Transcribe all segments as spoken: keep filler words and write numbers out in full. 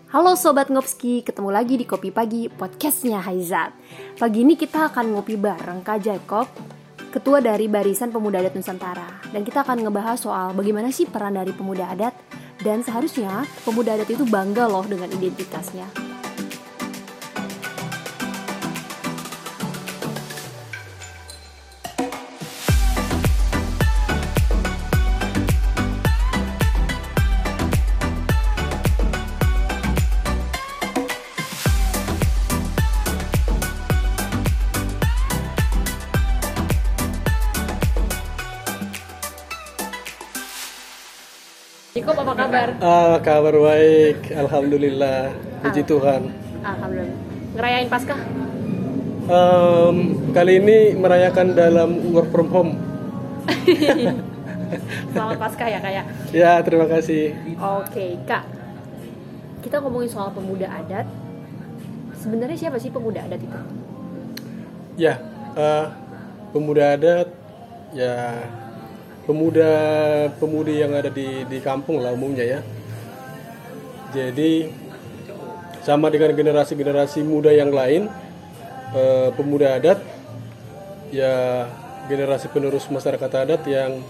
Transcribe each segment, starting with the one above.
Halo Sobat Ngopski, ketemu lagi di Kopi Pagi, podcastnya Haizat. Pagi ini kita akan ngopi bareng Kak Jacob, Ketua dari Barisan Pemuda Adat Nusantara. Dan kita akan ngebahas soal bagaimana sih peran dari pemuda adat. Dan seharusnya pemuda adat itu bangga loh dengan identitasnya. Jacob, apa kabar? Ah, kabar baik, alhamdulillah, puji Tuhan. Alhamdulillah. Ngerayain Paskah? Um, kali ini merayakan dalam work from home. Selamat Paskah ya Kak ya? Ya, terima kasih. Oke Kak, kita ngomongin soal pemuda adat. Sebenarnya siapa sih pemuda adat itu? Ya, uh, pemuda adat, ya pemuda-pemudi yang ada di di kampung lah umumnya ya. Jadi sama dengan generasi-generasi muda yang lain, uh, pemuda adat ya generasi penerus masyarakat adat yang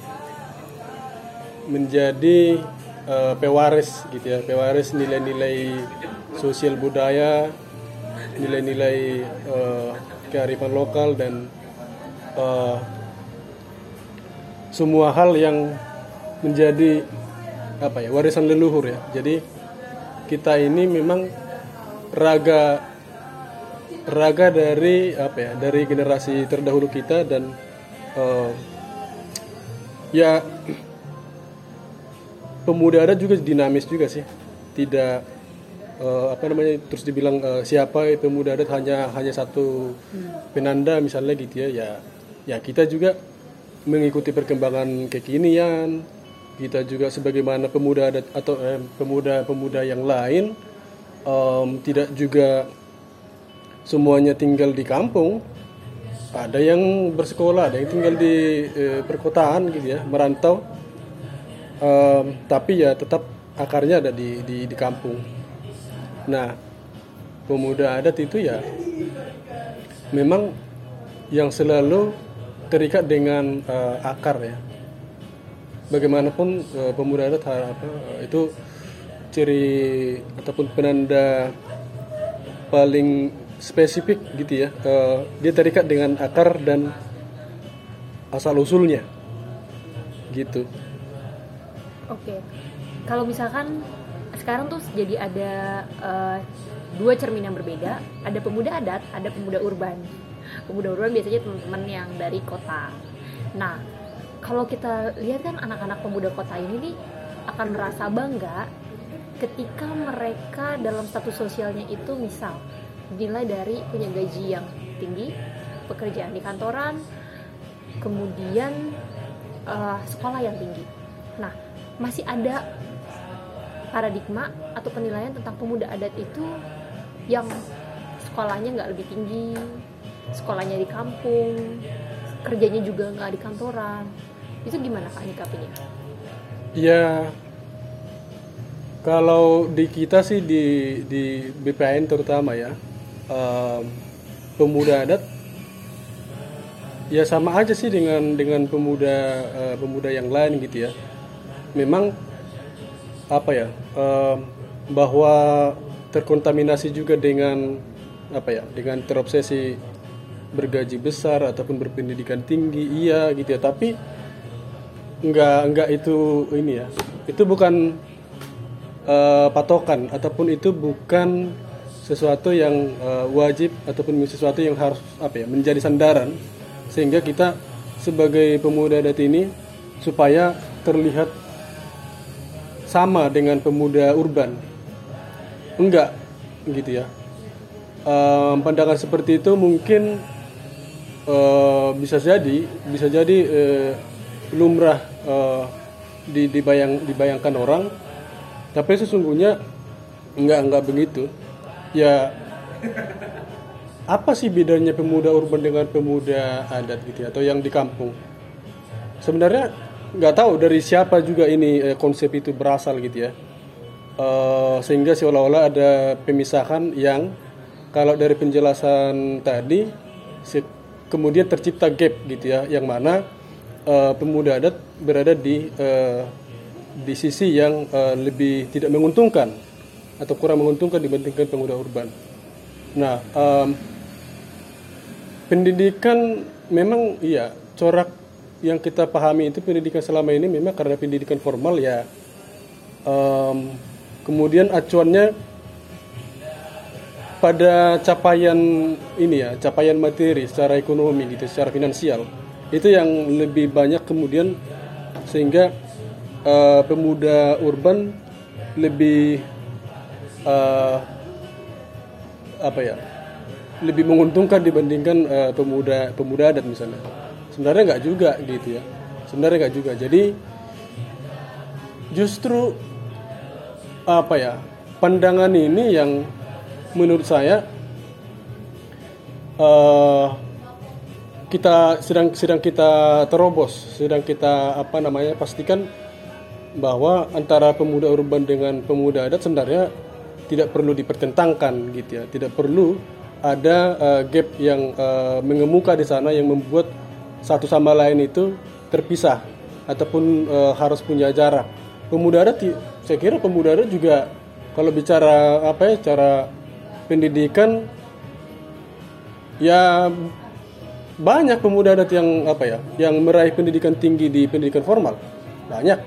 menjadi uh, pewaris gitu ya, pewaris nilai-nilai sosial budaya, nilai-nilai uh, kearifan lokal dan uh, semua hal yang menjadi apa ya warisan leluhur ya. Jadi kita ini memang raga raga dari apa ya dari generasi terdahulu kita dan uh, ya pemuda adat juga dinamis juga sih. Tidak uh, apa namanya terus dibilang uh, siapa pemuda adat hanya hanya satu penanda misalnya gitu ya. Ya ya kita juga mengikuti perkembangan kekinian. Kita juga sebagaimana pemuda adat atau eh, pemuda-pemuda yang lain um, tidak juga semuanya tinggal di kampung. Ada yang bersekolah, ada yang tinggal di eh, perkotaan gitu ya, merantau. Um, tapi ya tetap akarnya ada di, di di kampung. Nah, pemuda adat itu ya memang yang selalu terikat dengan uh, akar ya. Bagaimanapun uh, pemuda adat apa itu ciri ataupun penanda paling spesifik gitu ya. Uh, dia terikat dengan akar dan asal usulnya. Gitu. Oke. Kalau misalkan sekarang tuh jadi ada uh, dua cermin yang berbeda, ada pemuda adat, ada pemuda urban. Pemuda urban biasanya teman-teman yang dari kota. Nah, kalau kita lihat kan anak-anak pemuda kota ini nih akan merasa bangga ketika mereka dalam status sosialnya itu misal dinilai dari punya gaji yang tinggi, pekerjaan di kantoran, kemudian uh, sekolah yang tinggi. Nah, masih ada paradigma atau penilaian tentang pemuda adat itu yang sekolahnya nggak lebih tinggi, sekolahnya di kampung, kerjanya juga nggak di kantoran. Itu gimana Kak nyikapinya? Ya, kalau di kita sih di di B P A N terutama ya, um, pemuda adat ya sama aja sih dengan dengan pemuda uh, pemuda yang lain gitu ya. Memang apa ya um, bahwa terkontaminasi juga dengan apa ya dengan terobsesi bergaji besar ataupun berpendidikan tinggi, iya gitu ya, tapi enggak enggak itu ini ya, itu bukan uh, patokan ataupun itu bukan sesuatu yang uh, wajib ataupun sesuatu yang harus apa ya menjadi sandaran sehingga kita sebagai pemuda adat ini supaya terlihat sama dengan pemuda urban, enggak gitu ya. Um, pandangan seperti itu mungkin Uh, bisa jadi bisa jadi uh, lumrah uh, di, dibayang, dibayangkan orang, tapi sesungguhnya enggak enggak begitu ya. Apa sih bedanya pemuda urban dengan pemuda adat gitu ya, atau yang di kampung? Sebenarnya nggak tahu dari siapa juga ini eh, konsep itu berasal gitu ya. Uh, sehingga seolah-olah ada pemisahan yang kalau dari penjelasan tadi se- kemudian tercipta gap gitu ya, yang mana uh, pemuda adat berada di uh, di sisi yang uh, lebih tidak menguntungkan atau kurang menguntungkan dibandingkan pemuda urban. Nah, um, pendidikan memang iya corak yang kita pahami itu pendidikan selama ini memang karena pendidikan formal ya. Um, kemudian acuannya pada capaian ini ya, capaian materi secara ekonomi gitu, secara finansial. Itu yang lebih banyak kemudian sehingga uh, pemuda urban lebih uh, apa ya? lebih menguntungkan dibandingkan uh, pemuda pemuda adat misalnya. Sebenarnya nggak juga gitu ya. Sebenarnya nggak juga. Jadi justru apa ya, pandangan ini yang menurut saya uh, kita sedang sedang kita terobos, sedang kita apa namanya pastikan bahwa antara pemuda urban dengan pemuda adat sebenarnya tidak perlu dipertentangkan gitu ya, tidak perlu ada uh, gap yang uh, mengemuka di sana yang membuat satu sama lain itu terpisah ataupun uh, harus punya jarak. Pemuda adat, saya kira pemuda adat juga kalau bicara apa ya, cara pendidikan ya banyak pemuda adat yang apa ya, yang meraih pendidikan tinggi di pendidikan formal banyak.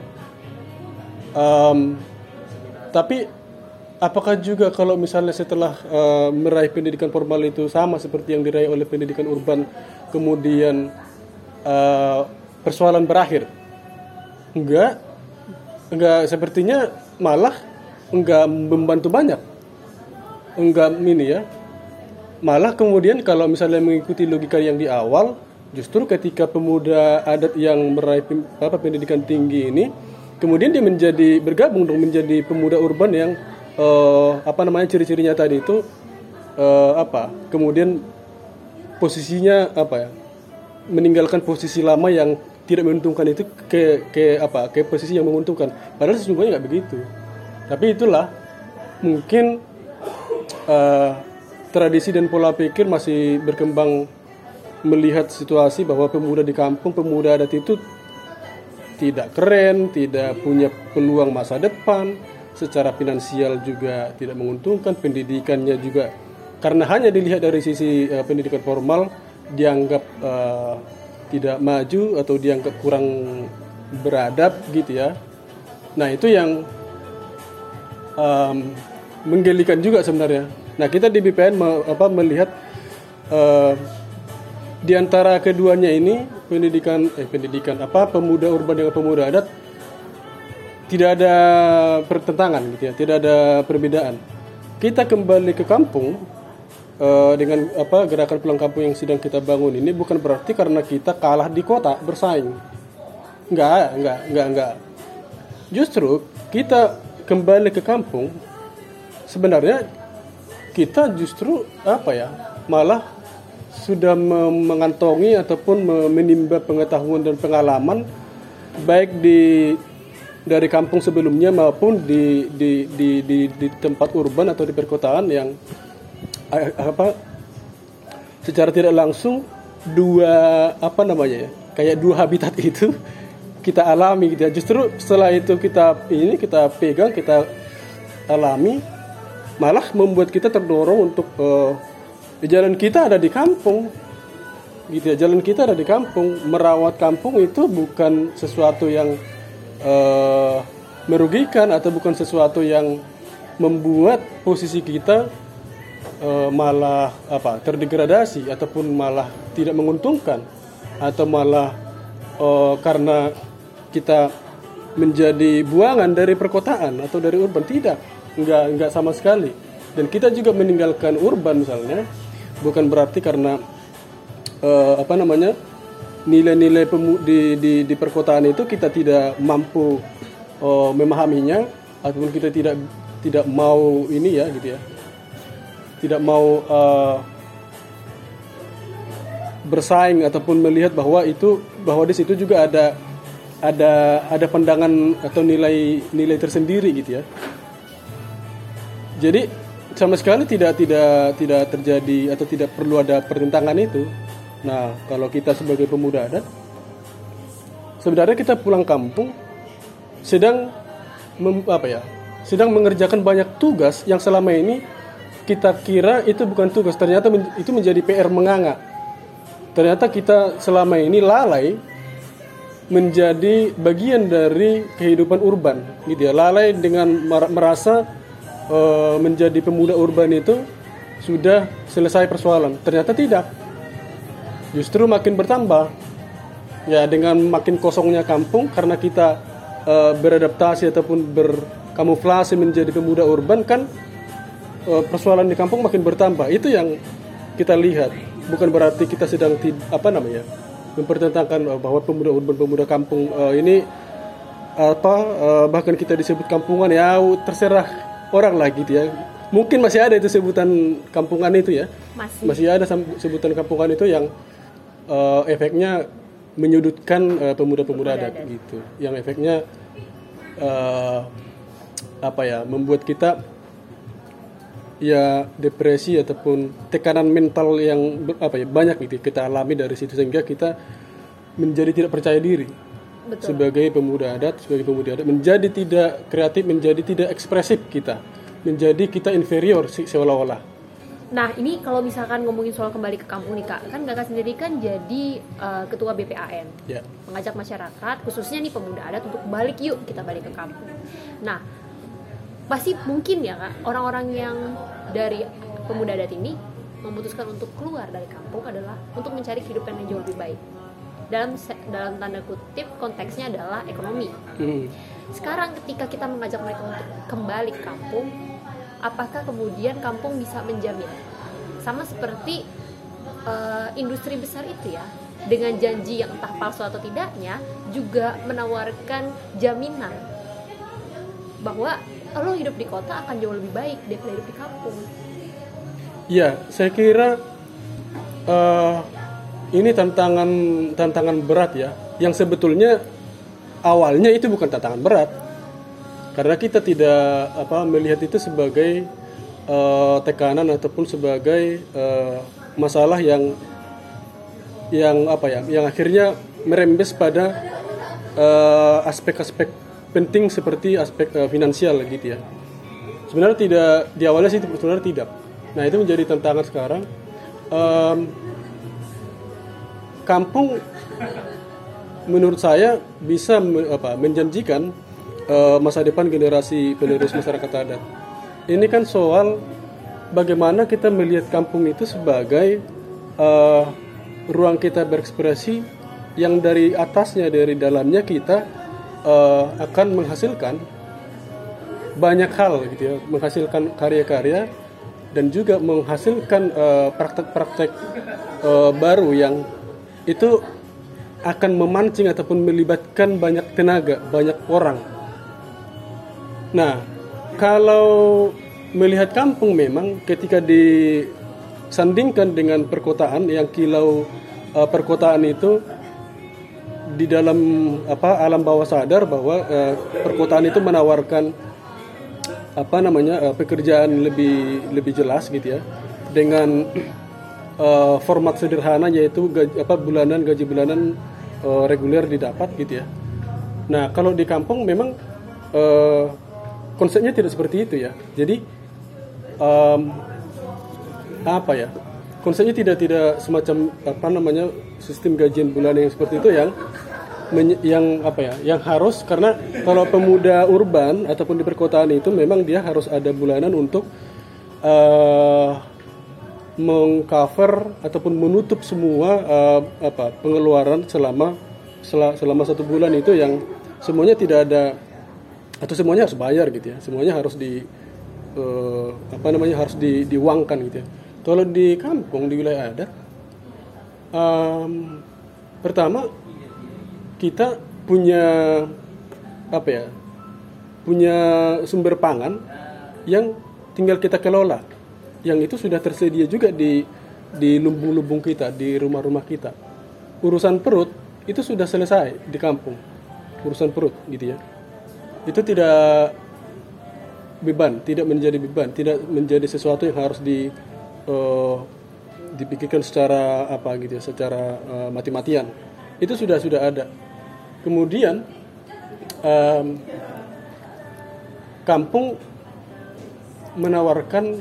Um, tapi apakah juga kalau misalnya setelah uh, meraih pendidikan formal itu sama seperti yang diraih oleh pendidikan urban, kemudian uh, persoalan berakhir? Enggak. Enggak, sepertinya malah enggak membantu banyak. Enggak ini ya. Malah kemudian kalau misalnya mengikuti logika yang di awal, justru ketika pemuda adat yang meraih apa, pendidikan tinggi ini, kemudian dia menjadi bergabung dong menjadi pemuda urban yang uh, apa namanya ciri-cirinya tadi itu uh, apa? Kemudian posisinya apa ya? Meninggalkan posisi lama yang tidak menguntungkan itu ke ke apa ke posisi yang menguntungkan, padahal sesungguhnya nggak begitu. Tapi itulah mungkin uh, tradisi dan pola pikir masih berkembang melihat situasi bahwa pemuda di kampung, pemuda adat itu tidak keren, tidak punya peluang masa depan, secara finansial juga tidak menguntungkan, pendidikannya juga karena hanya dilihat dari sisi uh, pendidikan formal dianggap uh, tidak maju atau dianggap kurang beradab gitu ya. Nah itu yang um, menggelikan juga sebenarnya. Nah kita di B P N me, apa, melihat uh, di antara keduanya ini pendidikan eh pendidikan apa pemuda urban dengan pemuda adat tidak ada pertentangan gitu ya, tidak ada perbedaan. Kita kembali ke kampung Uh, dengan apa gerakan pulang kampung yang sedang kita bangun ini bukan berarti karena kita kalah di kota bersaing. Enggak, enggak, enggak, enggak. Justru kita kembali ke kampung sebenarnya kita justru apa ya? Malah sudah mengantongi ataupun menimba pengetahuan dan pengalaman baik di dari kampung sebelumnya maupun di di di di, di tempat urban atau di perkotaan yang apa secara tidak langsung dua apa namanya ya kayak dua habitat itu kita alami gitu ya. Justru setelah itu kita ini kita pegang, kita alami, malah membuat kita terdorong untuk uh, jalan kita ada di kampung gitu ya. Jalan kita ada di kampung, merawat kampung itu bukan sesuatu yang uh, merugikan atau bukan sesuatu yang membuat posisi kita Uh, malah apa terdegradasi ataupun malah tidak menguntungkan atau malah uh, karena kita menjadi buangan dari perkotaan atau dari urban, tidak, enggak enggak sama sekali. Dan kita juga meninggalkan urban misalnya bukan berarti karena uh, apa namanya nilai-nilai pemu- di, di di perkotaan itu kita tidak mampu uh, memahaminya ataupun kita tidak tidak mau ini ya gitu ya. Tidak mau uh, bersaing ataupun melihat bahwa itu bahwa di situ juga ada ada ada pandangan atau nilai nilai tersendiri gitu ya. Jadi sama sekali tidak tidak tidak terjadi atau tidak perlu ada pertentangan itu. Nah, kalau kita sebagai pemuda adat, sebenarnya kita pulang kampung sedang mem, apa ya, sedang mengerjakan banyak tugas yang selama ini kita kira itu bukan tugas, ternyata men, itu menjadi P R menganga. Ternyata kita selama ini lalai menjadi bagian dari kehidupan urban, gitu ya. Lalai dengan merasa uh, menjadi pemuda urban itu sudah selesai persoalan. Ternyata tidak. Justru makin bertambah. Ya, dengan makin kosongnya kampung karena kita uh, beradaptasi ataupun berkamuflase menjadi pemuda urban, kan uh, persoalan di kampung makin bertambah. Itu yang kita lihat. Bukan berarti kita sedang tid- apa namanya? mempertentangkan bahwa pemuda urban, pemuda kampung uh, ini apa uh, bahkan kita disebut kampungan, ya terserah orang lah gitu ya. Mungkin masih ada itu sebutan kampungan itu ya. Masih, masih ada sebutan kampungan itu yang uh, efeknya menyudutkan uh, pemuda-pemuda adat gitu. Yang efeknya uh, apa ya, membuat kita ya depresi ataupun tekanan mental yang apa ya banyak gitu kita alami dari situ, sehingga kita menjadi tidak percaya diri. Betul. Sebagai pemuda adat, sebagai pemuda adat menjadi tidak kreatif, menjadi tidak ekspresif kita, menjadi kita inferior seolah-olah. Nah, ini kalau misalkan ngomongin soal kembali ke kampung nih Kak, kan Kakak sendiri kan jadi uh, ketua B P A N, ya. Mengajak masyarakat khususnya nih pemuda adat untuk balik, yuk kita balik ke kampung. Nah, pasti mungkin ya Kak, orang-orang yang dari pemuda adat ini memutuskan untuk keluar dari kampung adalah untuk mencari kehidupan yang jauh lebih baik. Dalam dalam tanda kutip konteksnya adalah ekonomi. Hmm. Sekarang ketika kita mengajak mereka untuk kembali ke kampung, apakah kemudian kampung bisa menjamin? Sama seperti uh, industri besar itu ya, dengan janji yang entah palsu atau tidaknya juga menawarkan jaminan bahwa lo hidup di kota akan jauh lebih baik daripada hidup di kampung. Ya, saya kira uh, ini tantangan tantangan berat ya, yang sebetulnya awalnya itu bukan tantangan berat, karena kita tidak apa melihat itu sebagai uh, tekanan ataupun sebagai uh, masalah yang yang apa ya, yang akhirnya merembes pada uh, aspek-aspek penting seperti aspek uh, finansial gitu ya. Sebenarnya tidak, di awalnya sih sebenarnya tidak. Nah, itu menjadi tantangan sekarang. Um, kampung menurut saya bisa me, apa, menjanjikan uh, masa depan generasi penerus masyarakat adat. Ini kan soal bagaimana kita melihat kampung itu sebagai uh, ruang kita berekspresi yang dari atasnya, dari dalamnya kita Uh, akan menghasilkan banyak hal gitu ya, menghasilkan karya-karya dan juga menghasilkan uh, praktek-praktek uh, baru yang itu akan memancing ataupun melibatkan banyak tenaga, banyak orang. Nah, kalau melihat kampung memang ketika disandingkan dengan perkotaan, yang kilau uh, perkotaan itu di dalam apa alam bawah sadar bahwa uh, perkotaan itu menawarkan apa namanya uh, pekerjaan lebih lebih jelas gitu ya, dengan uh, format sederhana, yaitu gaji, apa bulanan gaji bulanan uh, reguler didapat gitu ya. Nah, kalau di kampung memang uh, konsepnya tidak seperti itu ya. Jadi um, apa ya? Konsepnya tidak tidak semacam apa namanya sistem gajian bulanan yang seperti itu yang men, yang apa ya yang harus, karena kalau pemuda urban ataupun di perkotaan itu memang dia harus ada bulanan untuk uh, mengcover ataupun menutup semua uh, apa pengeluaran selama selama satu bulan itu, yang semuanya tidak ada atau semuanya harus bayar gitu ya, semuanya harus di uh, apa namanya harus di, diuangkan gitu ya. Kalau di kampung, di wilayah adat, um, pertama kita punya apa ya, punya sumber pangan yang tinggal kita kelola, yang itu sudah tersedia juga di di lumbung-lumbung kita, di rumah-rumah kita. Urusan perut itu sudah selesai di kampung, urusan perut gitu ya. Itu tidak beban, tidak menjadi beban, tidak menjadi sesuatu yang harus di uh, dipikirkan secara apa gitu ya, secara uh, mati-matian. Itu sudah sudah ada. Kemudian um, kampung menawarkan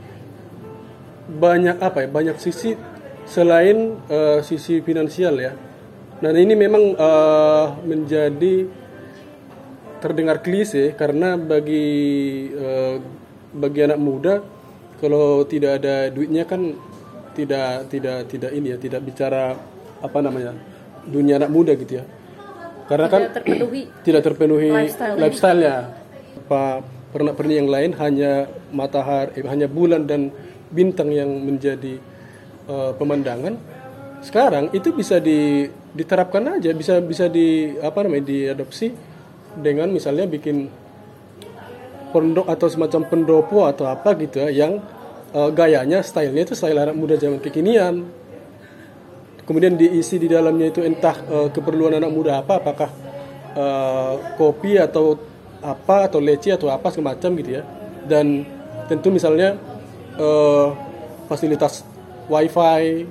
banyak apa ya, banyak sisi selain uh, sisi finansial ya. Nah ini memang uh, menjadi terdengar klise karena bagi uh, bagi anak muda kalau tidak ada duitnya kan tidak tidak tidak ini ya, tidak bicara apa namanya dunia anak muda gitu ya. Karena tidak kan terpenuhi tidak terpenuhi lifestyle-nya. lifestyle-nya. Pak pernak-pernik yang lain hanya matahari, eh, hanya bulan dan bintang yang menjadi uh, pemandangan. Sekarang itu bisa di, diterapkan aja, bisa bisa di apa namanya diadopsi dengan misalnya bikin pondok atau semacam pendopo atau apa gitu ya, yang uh, gayanya, stylenya itu style anak muda zaman kekinian. Kemudian diisi di dalamnya itu entah uh, keperluan anak muda apa, apakah uh, kopi atau apa atau leci atau apa semacam gitu ya. Dan tentu misalnya uh, fasilitas wifi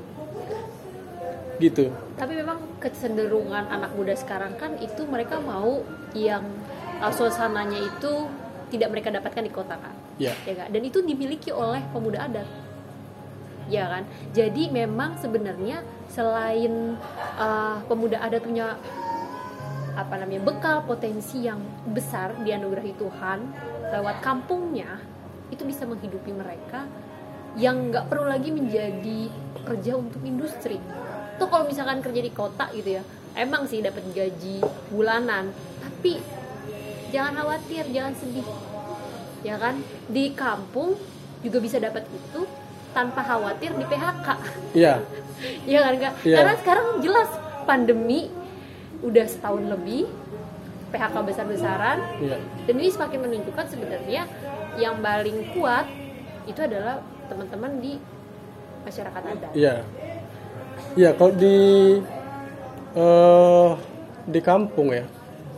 gitu. Tapi memang kecenderungan anak muda sekarang kan itu mereka mau yang uh, suasananya itu tidak mereka dapatkan di kota kan, Ya. ya kan? Dan itu dimiliki oleh pemuda adat, ya kan? Jadi memang sebenarnya selain uh, pemuda adat punya apa namanya bekal potensi yang besar dianugerahi Tuhan lewat kampungnya, itu bisa menghidupi mereka yang nggak perlu lagi menjadi pekerja untuk industri. Tuh kalau misalkan kerja di kota gitu ya, emang sih dapat gaji bulanan, tapi jangan khawatir, jangan sedih, ya kan? Di kampung juga bisa dapat itu tanpa khawatir di P H K. Iya. Ya kan Kak? Iya. Karena sekarang jelas pandemi udah setahun lebih, P H K besar-besaran, Iya. dan ini semakin menunjukkan sebenarnya yang paling kuat itu adalah teman-teman di masyarakat adat. Iya. Iya, kalau di uh, di kampung ya,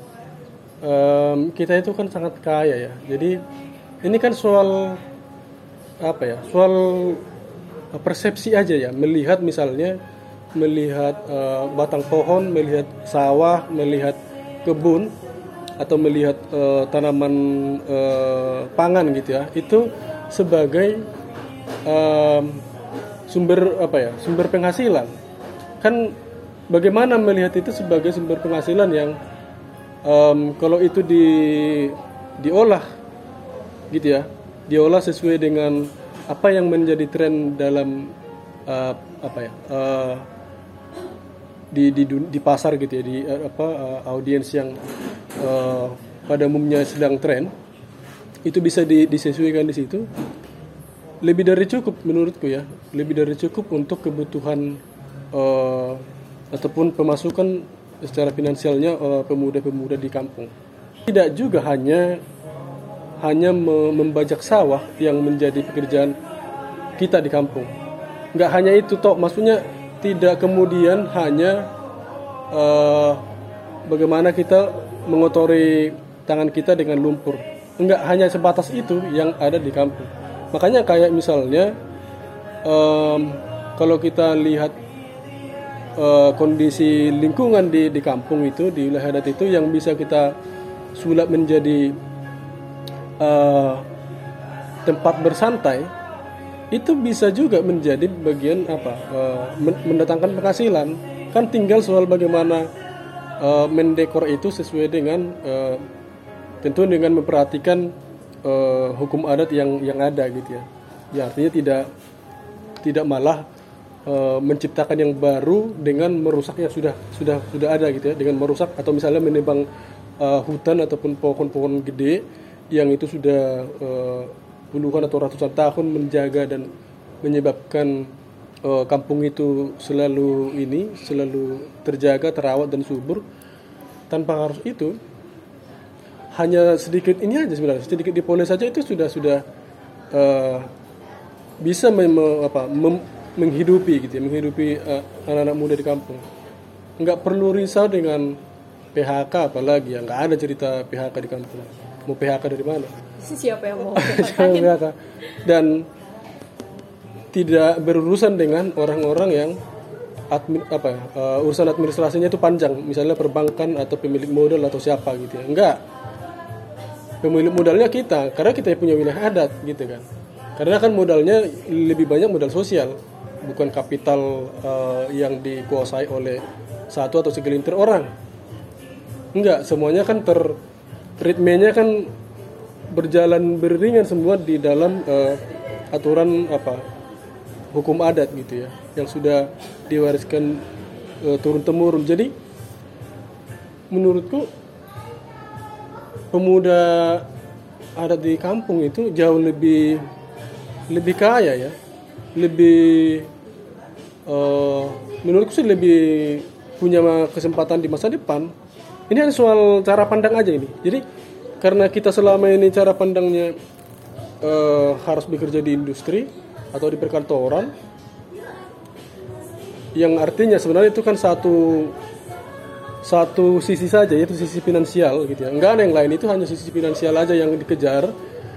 um, kita itu kan sangat kaya ya. Jadi ini kan soal apa ya? Soal persepsi aja ya. Melihat misalnya melihat uh, batang pohon, melihat sawah, melihat kebun atau melihat uh, tanaman uh, pangan gitu ya. Itu sebagai um, sumber apa ya? Sumber penghasilan. Kan bagaimana melihat itu sebagai sumber penghasilan yang um, kalau itu di diolah gitu ya, diolah sesuai dengan apa yang menjadi tren dalam uh, apa ya uh, di, di di pasar gitu ya, di uh, apa uh, audiens yang uh, pada umumnya sedang tren, itu bisa di, disesuaikan di situ. Lebih dari cukup menurutku ya, lebih dari cukup untuk kebutuhan uh, ataupun pemasukan secara finansialnya uh, pemuda-pemuda di kampung. Tidak juga hanya hanya membajak sawah yang menjadi pekerjaan kita di kampung. Nggak hanya itu toh, maksudnya tidak kemudian hanya uh, bagaimana kita mengotori tangan kita dengan lumpur. Nggak hanya sebatas itu yang ada di kampung. Makanya kayak misalnya um, kalau kita lihat uh, kondisi lingkungan di di kampung itu, di wilayah adat itu yang bisa kita sulap menjadi uh, tempat bersantai, itu bisa juga menjadi bagian apa uh, mendatangkan penghasilan. Kan tinggal soal bagaimana uh, mendekor itu sesuai dengan uh, tentu dengan memperhatikan Uh, hukum adat yang yang ada gitu ya. Ya artinya tidak tidak malah uh, menciptakan yang baru dengan merusak yang sudah sudah sudah ada gitu ya, dengan merusak atau misalnya menebang uh, hutan ataupun pohon-pohon gede yang itu sudah uh, puluhan atau ratusan tahun menjaga dan menyebabkan uh, kampung itu selalu ini selalu terjaga, terawat dan subur. Tanpa harus itu, hanya sedikit ini aja sebenarnya, sedikit dipoles saja itu sudah sudah uh, bisa mem, apa, mem, menghidupi gitu ya, menghidupi uh, anak-anak muda di kampung. Nggak perlu risau dengan P H K apalagi ya, nggak ada cerita P H K di kampung. Mau P H K dari mana? Siapa yang mau Jangan P H K. Dan tidak berurusan dengan orang-orang yang admin, apa ya, uh, urusan administrasinya itu panjang, misalnya perbankan atau pemilik modal atau siapa gitu ya. Enggak. Pemilik modalnya kita, karena kita punya wilayah adat gitu kan. Karena kan modalnya lebih banyak modal sosial, bukan kapital uh, yang dikuasai oleh satu atau segelintir orang. Enggak, semuanya kan ter ritmenya kan berjalan beriringan semua di dalam uh, aturan apa hukum adat gitu ya, yang sudah diwariskan uh, turun temurun. Jadi menurutku pemuda adat di kampung itu jauh lebih lebih kaya ya, lebih uh, menurutku sih lebih punya kesempatan di masa depan. Ini hanya soal cara pandang aja ini. Jadi karena kita selama ini cara pandangnya uh, harus bekerja di industri atau di perkantoran, yang artinya sebenarnya itu kan satu satu sisi saja, yaitu sisi finansial gitu ya. Enggak ada yang lain, itu hanya sisi finansial aja yang dikejar.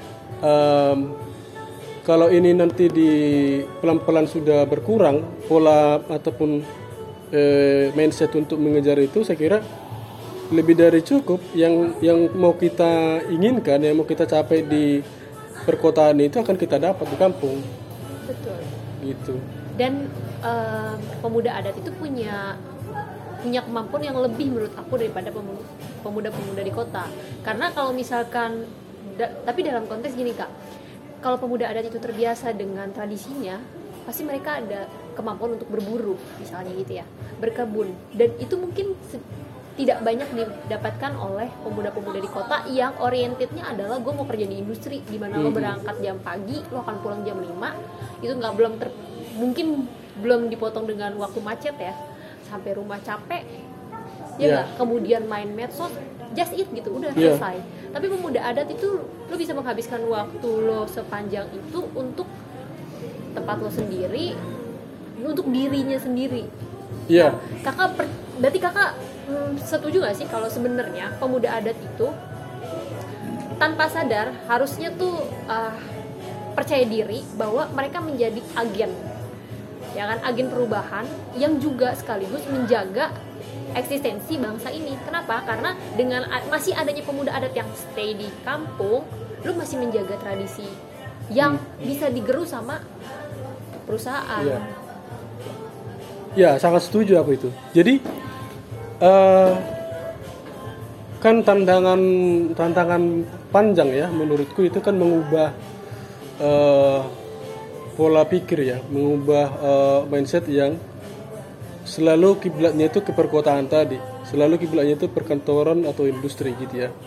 Um, kalau ini nanti di pelan-pelan sudah berkurang pola ataupun eh, mindset untuk mengejar itu, saya kira lebih dari cukup. Yang yang mau kita inginkan, yang mau kita capai di perkotaan itu akan kita dapat di kampung. Betul. Gitu. Dan uh, pemuda adat itu punya punya kemampuan yang lebih menurut aku daripada pemuda-pemuda di kota. Karena kalau misalkan da, tapi dalam konteks gini Kak, kalau pemuda adat itu terbiasa dengan tradisinya, pasti mereka ada kemampuan untuk berburu misalnya gitu ya, berkebun, dan itu mungkin se- tidak banyak didapatkan oleh pemuda-pemuda di kota yang orientednya adalah gue mau kerja di industri, di mana hmm. lo berangkat jam pagi, lo akan pulang jam lima, itu nggak belum ter, mungkin belum dipotong dengan waktu macet ya, sampai rumah capek, ya nggak, yeah. Kemudian main medsos, just eat gitu, udah yeah. selesai. Tapi pemuda adat itu lo bisa menghabiskan waktu lo sepanjang itu untuk tempat lo sendiri, untuk dirinya sendiri. Iya. Yeah. Nah, kakak per, berarti kakak Hmm, setuju gak sih kalau sebenarnya pemuda adat itu tanpa sadar harusnya tuh uh, percaya diri bahwa mereka menjadi agen, ya kan, agen perubahan yang juga sekaligus menjaga eksistensi bangsa ini. Kenapa? Karena dengan masih adanya pemuda adat yang stay di kampung, lu masih menjaga tradisi yang hmm. bisa digerus sama perusahaan. Ya, ya sangat setuju aku itu. Jadi Uh, kan tantangan tantangan panjang ya menurutku itu kan mengubah uh, pola pikir ya, mengubah uh, mindset yang selalu kiblatnya itu ke perkotaan tadi, selalu kiblatnya itu perkantoran atau industri gitu ya.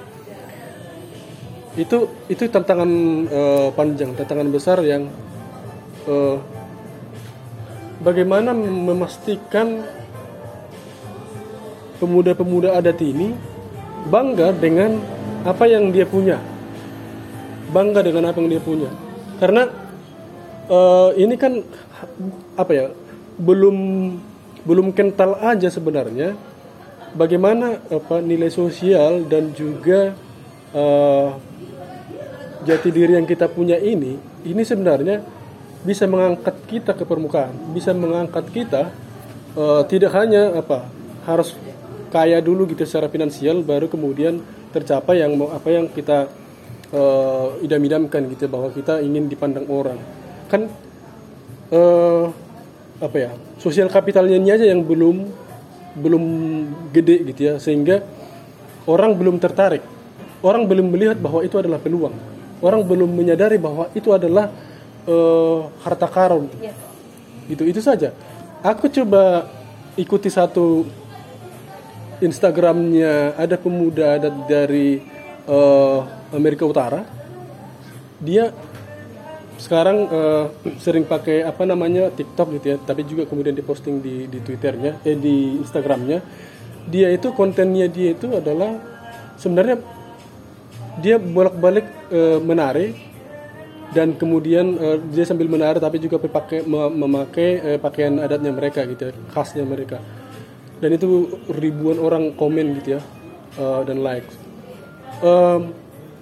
Itu itu tantangan uh, panjang, tantangan besar yang uh, bagaimana memastikan pemuda-pemuda adat ini bangga dengan apa yang dia punya, bangga dengan apa yang dia punya, karena uh, ini kan apa ya, belum belum kental aja sebenarnya bagaimana apa nilai sosial dan juga uh, jati diri yang kita punya ini, ini sebenarnya bisa mengangkat kita ke permukaan, bisa mengangkat kita uh, tidak hanya apa harus kaya dulu gitu secara finansial, baru kemudian tercapai yang apa yang kita uh, idam-idamkan gitu, bahwa kita ingin dipandang orang. Kan uh, apa ya, sosial kapitalnya ini aja yang belum belum gede gitu ya, sehingga orang belum tertarik, orang belum melihat bahwa itu adalah peluang, orang belum menyadari bahwa itu adalah uh, harta karun. Yes. Gitu, itu saja. Aku coba ikuti satu Instagramnya, ada pemuda adat dari uh, Amerika Utara. Dia sekarang uh, sering pakai apa namanya TikTok gitu ya, tapi juga kemudian diposting di di Twitternya, eh di Instagramnya. Dia itu kontennya dia itu adalah sebenarnya dia bolak-balik uh, menari, dan kemudian uh, dia sambil menari tapi juga pakai memakai uh, pakaian adatnya mereka gitu ya, khasnya mereka. Dan itu ribuan orang komen gitu ya, uh, dan like. Um,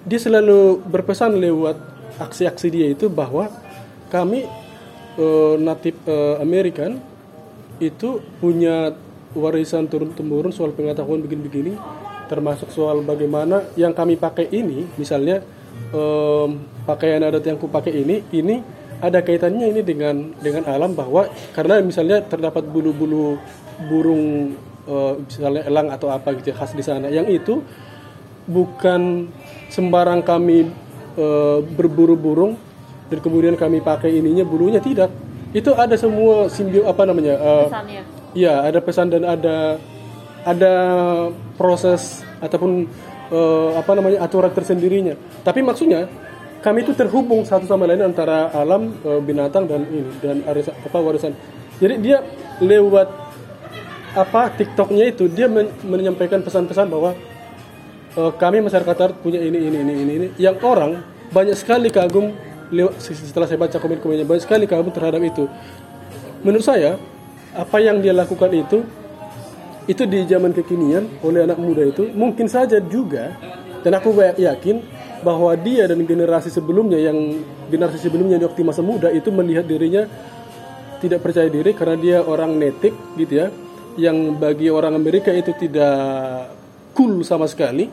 dia selalu berpesan lewat aksi-aksi dia itu bahwa kami uh, natif uh, American itu punya warisan turun-temurun soal pengetahuan begini-begini, termasuk soal bagaimana yang kami pakai ini, misalnya um, pakaian adat yang ku pakai ini, ini ada kaitannya ini dengan dengan alam, bahwa karena misalnya terdapat bulu-bulu burung, uh, misalnya elang atau apa gitu khas di sana, yang itu bukan sembarang kami uh, berburu burung dan kemudian kami pakai ininya bulunya, tidak. Itu ada semua simbio apa namanya? Uh, Pesannya. Ya, ada pesan dan ada ada proses ataupun uh, apa namanya aturan tersendirinya. Tapi maksudnya kami itu terhubung satu sama lain antara alam, uh, binatang dan ini dan arisan, apa warisan. Jadi dia lewat apa TikToknya itu dia men- menyampaikan pesan-pesan bahwa uh, kami masyarakat adat punya ini ini ini ini ini yang orang banyak sekali kagum lewat, setelah saya baca komen-komennya banyak sekali kagum terhadap itu. Menurut saya apa yang dia lakukan itu itu di zaman kekinian oleh anak muda itu mungkin saja juga, dan aku yakin bahwa dia dan generasi sebelumnya yang generasi sebelumnya di waktu masa muda itu melihat dirinya tidak percaya diri karena dia orang netik gitu ya, yang bagi orang Amerika itu tidak cool sama sekali,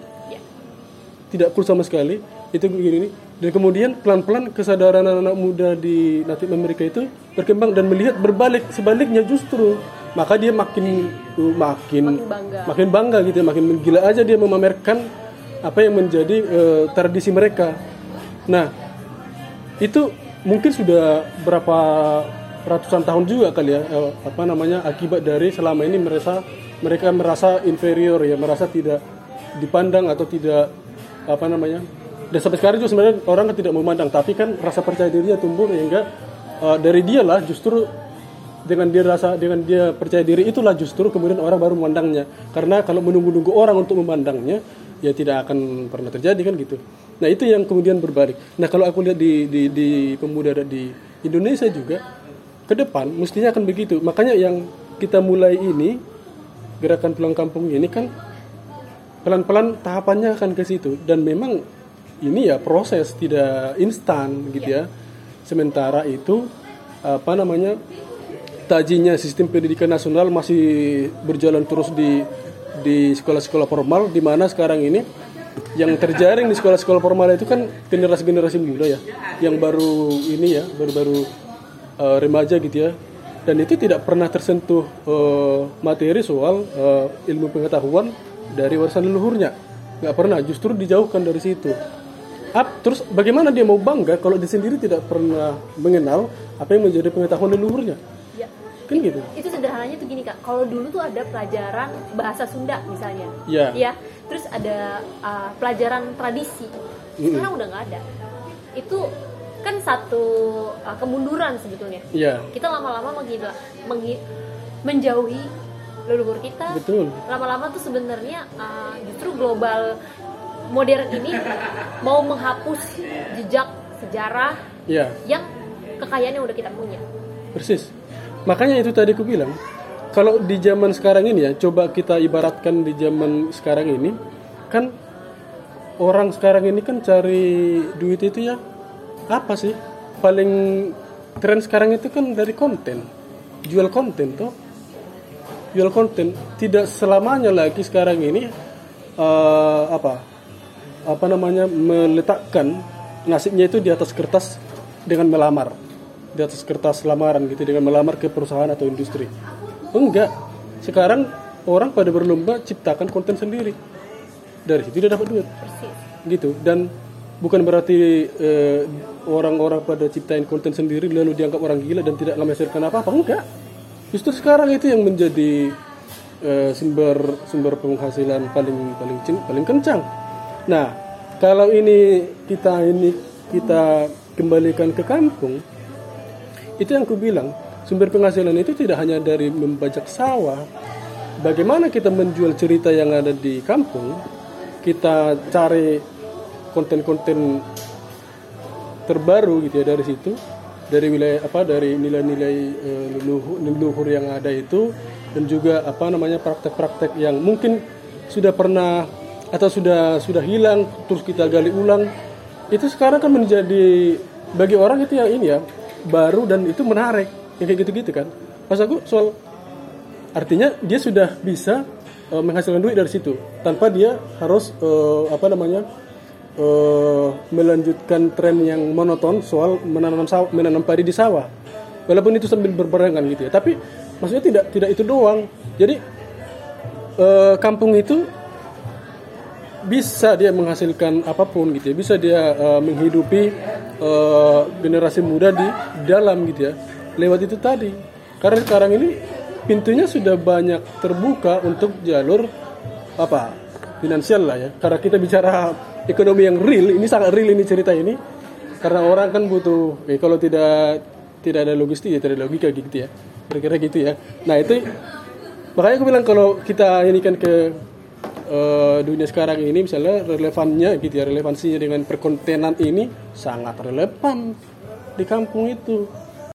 tidak cool sama sekali itu begini nih. Dan kemudian pelan-pelan kesadaran anak-anak muda di natif Amerika itu berkembang dan melihat berbalik sebaliknya justru, maka dia makin uh, makin makin bangga. makin bangga gitu ya, makin gila aja dia memamerkan apa yang menjadi uh, tradisi mereka. Nah, itu mungkin sudah berapa ratusan tahun juga kali ya, uh, apa namanya akibat dari selama ini merasa mereka merasa inferior ya, merasa tidak dipandang atau tidak apa namanya. Dan sampai sekarang juga sebenarnya orang kan tidak memandang, tapi kan rasa percaya dirinya tumbuh sehingga uh, dari dialah justru dengan dia rasa dengan dia percaya diri itulah justru kemudian orang baru memandangnya. Karena kalau menunggu-nunggu orang untuk memandangnya ya tidak akan pernah terjadi kan gitu. Nah, itu yang kemudian berbalik. Nah, kalau aku lihat di di di pemuda di Indonesia juga ke depan mestinya akan begitu. Makanya yang kita mulai ini gerakan pulang kampung ini kan pelan-pelan tahapannya akan ke situ, dan memang ini ya proses tidak instan gitu ya. Sementara itu apa namanya tajinya sistem pendidikan nasional masih berjalan terus di di sekolah-sekolah formal, di mana sekarang ini yang terjaring di sekolah-sekolah formal itu kan generasi-generasi muda ya, yang baru ini ya baru-baru uh, remaja gitu ya, dan itu tidak pernah tersentuh uh, materi soal uh, ilmu pengetahuan dari warisan leluhurnya, nggak pernah, justru dijauhkan dari situ. Up, terus bagaimana dia mau bangga kalau dia sendiri tidak pernah mengenal apa yang menjadi pengetahuan leluhurnya? Ya. Kan gitu. Itu sederhananya tuh gini Kak, kalau dulu tuh ada pelajaran bahasa Sunda misalnya, ya, ya, terus ada uh, pelajaran tradisi, sekarang mm. udah nggak ada. Itu kan satu uh, kemunduran sebetulnya. Ya. Kita lama-lama menghila, menghi, menjauhi leluhur kita. Betul. Lama-lama tuh sebenarnya uh, justru global modern ini mau menghapus jejak sejarah ya. yang kekayaannya udah kita punya. Persis. Makanya itu tadi aku bilang, kalau di zaman sekarang ini ya, coba kita ibaratkan di zaman sekarang ini, kan orang sekarang ini kan cari duit itu ya, apa sih? Paling tren sekarang itu kan dari konten, jual konten toh, jual konten. Tidak selamanya lagi sekarang ini uh, apa? apa namanya meletakkan nasibnya itu di atas kertas dengan melamar, di atas kertas lamaran gitu, dengan melamar ke perusahaan atau industri. Enggak, sekarang orang pada berlomba ciptakan konten sendiri, dari situ dia dapat duit. Persis. Gitu. Dan bukan berarti eh, orang-orang pada ciptain konten sendiri lalu dianggap orang gila dan tidak menghasilkan apa-apa. Enggak, justru sekarang itu yang menjadi eh, sumber sumber penghasilan paling paling paling kencang. Nah, kalau ini kita ini kita kembalikan ke kampung, itu yang aku bilang, sumber penghasilan itu tidak hanya dari membajak sawah. Bagaimana kita menjual cerita yang ada di kampung, kita cari konten-konten terbaru gitu ya dari situ, dari wilayah apa dari nilai-nilai uh, leluhur, leluhur yang ada itu, dan juga apa namanya praktek-praktek yang mungkin sudah pernah atau sudah sudah hilang terus kita gali ulang, itu sekarang kan menjadi bagi orang itu yang ini ya baru dan itu menarik yang kayak gitu-gitu kan. Pas aku soal artinya dia sudah bisa uh, menghasilkan duit dari situ tanpa dia harus uh, apa namanya uh, melanjutkan tren yang monoton soal menanam sawah, menanam padi di sawah, walaupun itu sambil berbarengan gitu ya. Tapi maksudnya tidak tidak itu doang. Jadi uh, kampung itu bisa dia menghasilkan apapun gitu ya, bisa dia uh, menghidupi uh, generasi muda di dalam gitu ya lewat itu tadi. Karena sekarang ini pintunya sudah banyak terbuka untuk jalur apa finansial lah ya. Karena kita bicara ekonomi yang real, ini sangat real ini cerita ini. Karena orang kan butuh, eh, kalau tidak tidak ada logistik ya tidak ada logika gitu ya. Kira-kira gitu ya. Nah itu makanya aku bilang kalau kita ini kan ke uh, dunia sekarang ini misalnya relevannya gitu ya, relevansinya dengan perkontenan ini sangat relevan di kampung itu.